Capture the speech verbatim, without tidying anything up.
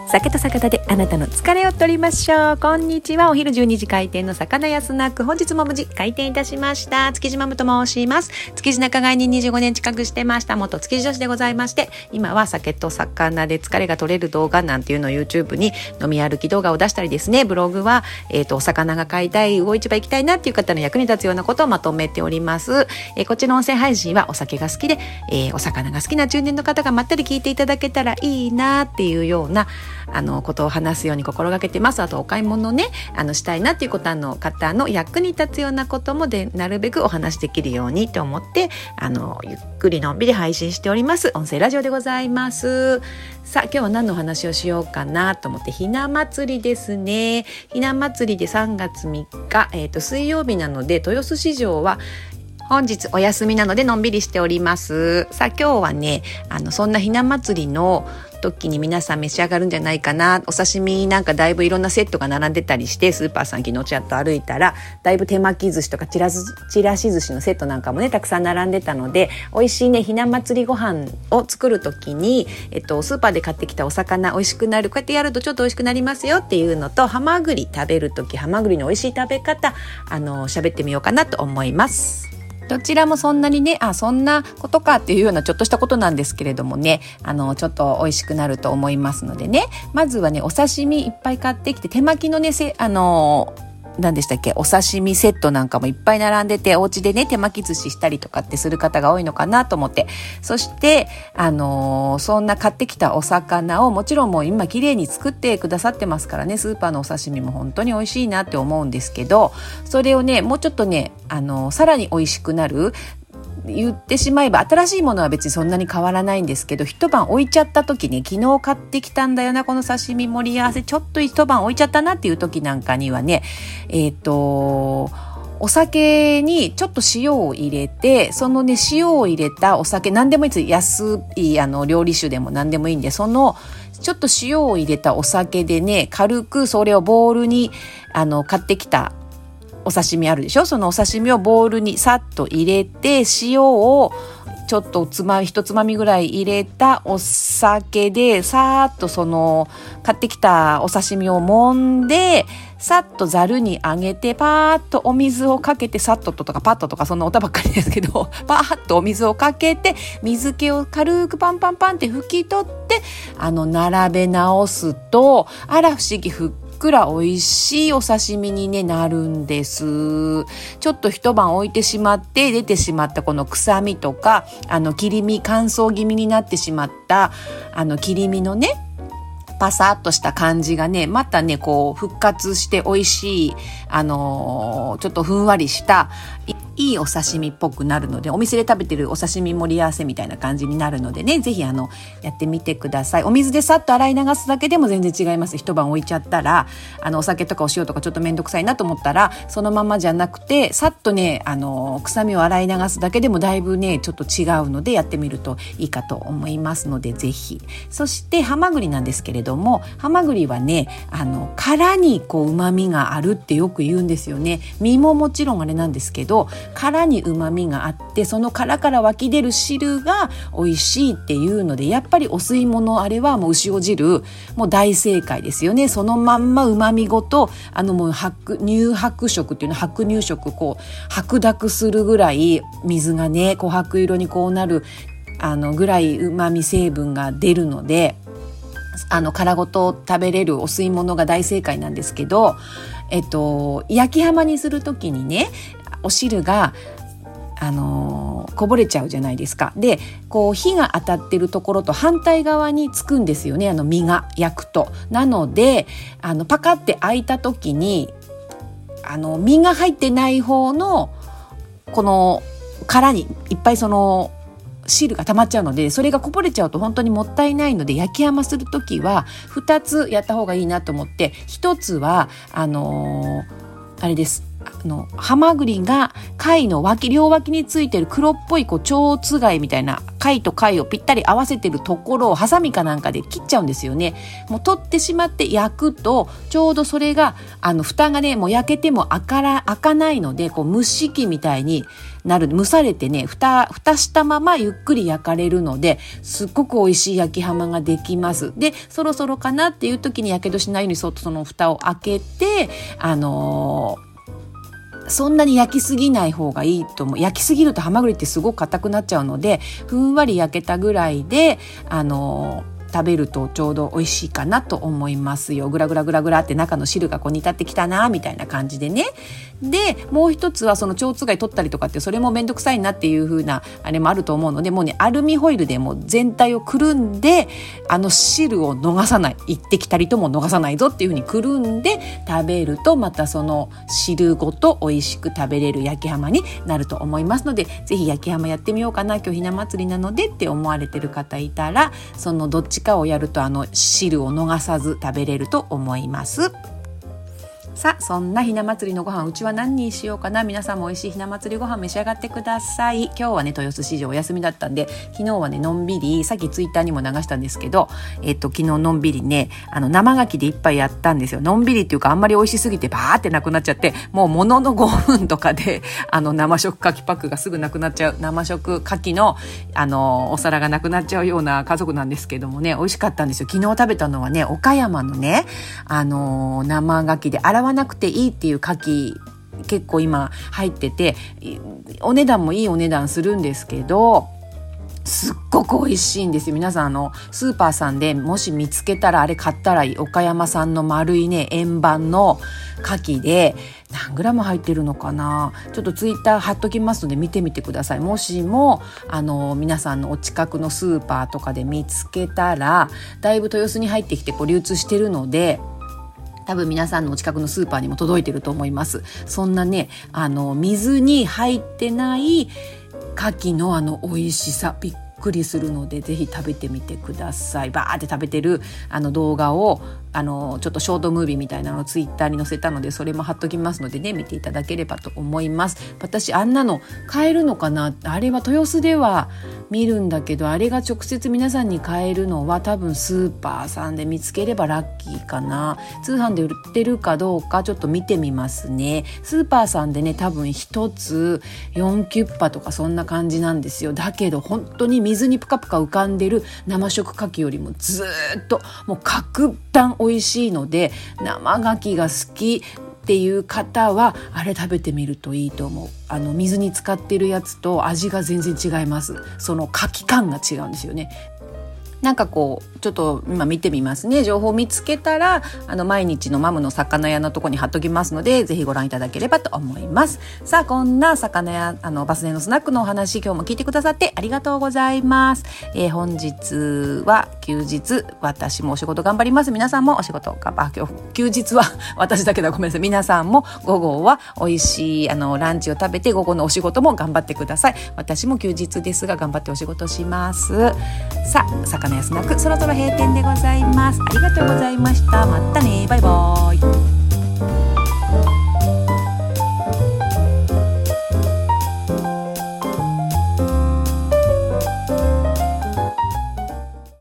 酒と酒田であなたの疲れを取りましょう。こんにちは。お昼じゅうにじ開店の魚屋スナック、本日も無事開店いたしました。築地マムと申します。築地仲買ににじゅうごねん近くしてました元築地女子でございまして、今は酒と魚で疲れが取れる動画なんていうのを YouTube に飲み歩き動画を出したりですね、ブログは、えー、とお魚が買いたい、魚市場行きたいなっていう方の役に立つようなことをまとめております。えー、こっちの音声配信はお酒が好きで、えー、お魚が好きな中年の方がまったり聞いていただけたらいいなっていうようなあのことを話すように心がけてます。あとお買い物ねあのしたいなっていうことの方の役に立つようなこともでなるべくお話できるようにと思ってあのゆっくりのんびり配信しております。音声ラジオでございます。さあ今日は何の話をしようかなと思って、ひな祭りですね。ひな祭りでさんがつみっか、えーと、水曜日なので豊洲市場は本日お休みなのでのんびりしております。さあ今日はねあのそんなひな祭りの時に皆さん召し上がるんじゃないかな。お刺身なんかだいぶいろんなセットが並んでたりして、スーパーさん昨日ちゃんと歩いたらだいぶ手巻き寿司とかちらずちらし寿司のセットなんかもねたくさん並んでたので、美味しいねひな祭りご飯を作る時に、えっと、スーパーで買ってきたお魚美味しくなる、こうやってやるとちょっと美味しくなりますよっていうのと、ハマグリ食べる時ハマグリの美味しい食べ方あの喋ってみようかなと思います。どちらもそんなにねあそんなことかっていうようなちょっとしたことなんですけれどもね、あのちょっと美味しくなると思いますのでね、まずはねお刺身いっぱい買ってきて、手巻きのねせあの何でしたっけお刺身セットなんかもいっぱい並んでて、お家でね手巻き寿司したりとかってする方が多いのかなと思って、そしてあのー、そんな買ってきたお魚をもちろんもう今綺麗に作ってくださってますからね、スーパーのお刺身も本当に美味しいなって思うんですけど、それをねもうちょっとねあのー、さらに美味しくなる、言ってしまえば新しいものは別にそんなに変わらないんですけど、一晩置いちゃった時に、昨日買ってきたんだよなこの刺身盛り合わせちょっと一晩置いちゃったなっていう時なんかにはねえっとお酒にちょっと塩を入れて、そのね塩を入れたお酒何でもいいです。安いあの料理酒でも何でもいいんで、そのちょっと塩を入れたお酒でね軽くそれをボウルにあの買ってきたお刺身あるでしょ、そのお刺身をボウルにさっと入れて、塩をちょっとつまみ一つまみぐらい入れたお酒でさーっとその買ってきたお刺身を揉んで、さっとざるにあげてパーッとお水をかけて、さっととかパッととかそんなおたばっかりですけどパーッとお水をかけて水気を軽くパンパンパンって拭き取ってあの並べ直すと、あら不思議ふっくら美味しいお刺身に、ね、なるんです。ちょっと一晩置いてしまって出てしまったこの臭みとかあの切り身乾燥気味になってしまったあの切り身のねパサッとした感じがねまたねこう復活して美味しいあのー、ちょっとふんわりしたいいお刺身っぽくなるので、お店で食べてるお刺身盛り合わせみたいな感じになるのでね、ぜひあのやってみてください。お水でさっと洗い流すだけでも全然違います。一晩置いちゃったらあのお酒とかお塩とかちょっとめんどくさいなと思ったらそのままじゃなくてさっとねあの臭みを洗い流すだけでもだいぶねちょっと違うので、やってみるといいかと思いますのでぜひ。そしてハマグリなんですけれども、ハマグリはねあの殻にこう旨味があるってよく言うんですよね。身ももちろんあれなんですけど殻に旨味があって、その殻から湧き出る汁が美味しいっていうので、やっぱりお吸い物あれはもう牛尾汁もう大正解ですよね。そのまんま旨味ごとあのもう白乳白色っていうの白乳色こう白濁するぐらい水がね琥珀色にこうなるあのぐらい旨味成分が出るので、あの殻ごと食べれるお吸い物が大正解なんですけど、えっと焼き浜にするときにねお汁があのー、こぼれちゃうじゃないですか。でこう火が当たってるところと反対側につくんですよね、あの身が焼くと。なのであのパカって開いた時にあの身が入ってない方のこの殻にいっぱいその汁が溜まっちゃうので、それがこぼれちゃうと本当にもったいないので、焼き浜するときはふたつやった方がいいなと思って、ひとつはあのー、あれですあのハマグリが貝の脇両脇についてる黒っぽいこう蝶つがいみたいな貝と貝をぴったり合わせてるところをハサミかなんかで切っちゃうんですよね。もう取ってしまって焼くとちょうどそれがあの蓋がねもう焼けても開から開かないのでこう蒸し器みたいになる蒸されてね蓋蓋したままゆっくり焼かれるのですっごく美味しい焼きハマができます。でそろそろかなっていう時にやけどしないようにそっとその蓋を開けてあのーそんなに焼きすぎない方がいいと思う。焼きすぎるとハマグリってすごく硬くなっちゃうのでふんわり焼けたぐらいであのー食べるとちょうど美味しいかなと思いますよ。グラグラグラグラって中の汁がこう煮立ってきたなみたいな感じでね。でもう一つはその蝶つがい取ったりとかってそれもめんどくさいなっていう風なあれもあると思うのでもうねアルミホイルでもう全体をくるんであの汁を逃さない一滴たりとも逃さないぞっていう風にくるんで食べるとまたその汁ごと美味しく食べれる焼きハマになると思いますのでぜひ焼きハマやってみようかな今日ひな祭りなのでって思われてる方いたらそのどっちかをやるとあの汁を逃さず食べれると思います。さあそんなひな祭りのご飯うちは何にしようかな。皆さんも美味しいひな祭りご飯召し上がってください。今日はね豊洲市場お休みだったんで昨日はねのんびりさっきツイッターにも流したんですけどえっと昨日のんびりねあの生牡蠣で一杯やったんですよ。のんびりっていうかあんまり美味しすぎてバーってなくなっちゃってもうもののごふんとかであの生食牡蠣パックがすぐなくなっちゃう生食牡蠣のあのお皿がなくなっちゃうような家族なんですけどもね美味しかったんですよ。昨日食べたのはね岡山のねあの生牡蠣で洗わなくていいっていう牡蠣結構今入っててお値段もいいお値段するんですけどすっごく美味しいんですよ。皆さんあのスーパーさんでもし見つけたらあれ買ったらいい。岡山産の丸いね円盤の牡蠣で何グラム入ってるのかなちょっとツイッター貼っときますので見てみてください。もしもあの皆さんのお近くのスーパーとかで見つけたらだいぶ豊洲に入ってきてこう流通してるので多分皆さんのお近くのスーパーにも届いてると思います。そんなねあの水に入ってない牡蠣のあの美味しさびっくりするのでぜひ食べてみてください。バーって食べてるあの動画をあのちょっとショートムービーみたいなのをツイッターに載せたのでそれも貼っときますのでね見ていただければと思います。私あんなの買えるのかなあれは豊洲では見るんだけどあれが直接皆さんに買えるのは多分スーパーさんで見つければラッキーかな。通販で売ってるかどうかちょっと見てみますね。スーパーさんでね多分一つよんキュッパとかそんな感じなんですよ。だけど本当に水にプカプカ浮かんでる生食牡蠣よりもずっともう格段美味しいので生牡蠣が好きっていう方はあれ食べてみるといいと思う。あの水に浸かってるやつと味が全然違います。その牡蠣感が違うんですよね。なんかこうちょっと今見てみますね。情報を見つけたらあの毎日のマムの魚屋のとこに貼っときますのでぜひご覧いただければと思います。さあこんな魚屋あのバス停のスナックのお話今日も聞いてくださってありがとうございます。えー、本日は休日私もお仕事頑張ります。皆さんもお仕事頑張今日休日は私だけだごめんなさい。皆さんも午後は美味しいあのランチを食べて午後のお仕事も頑張ってください。私も休日ですが頑張ってお仕事します。さあ魚スナックそろそろ閉店でございます。ありがとうございました。またねバイバイ。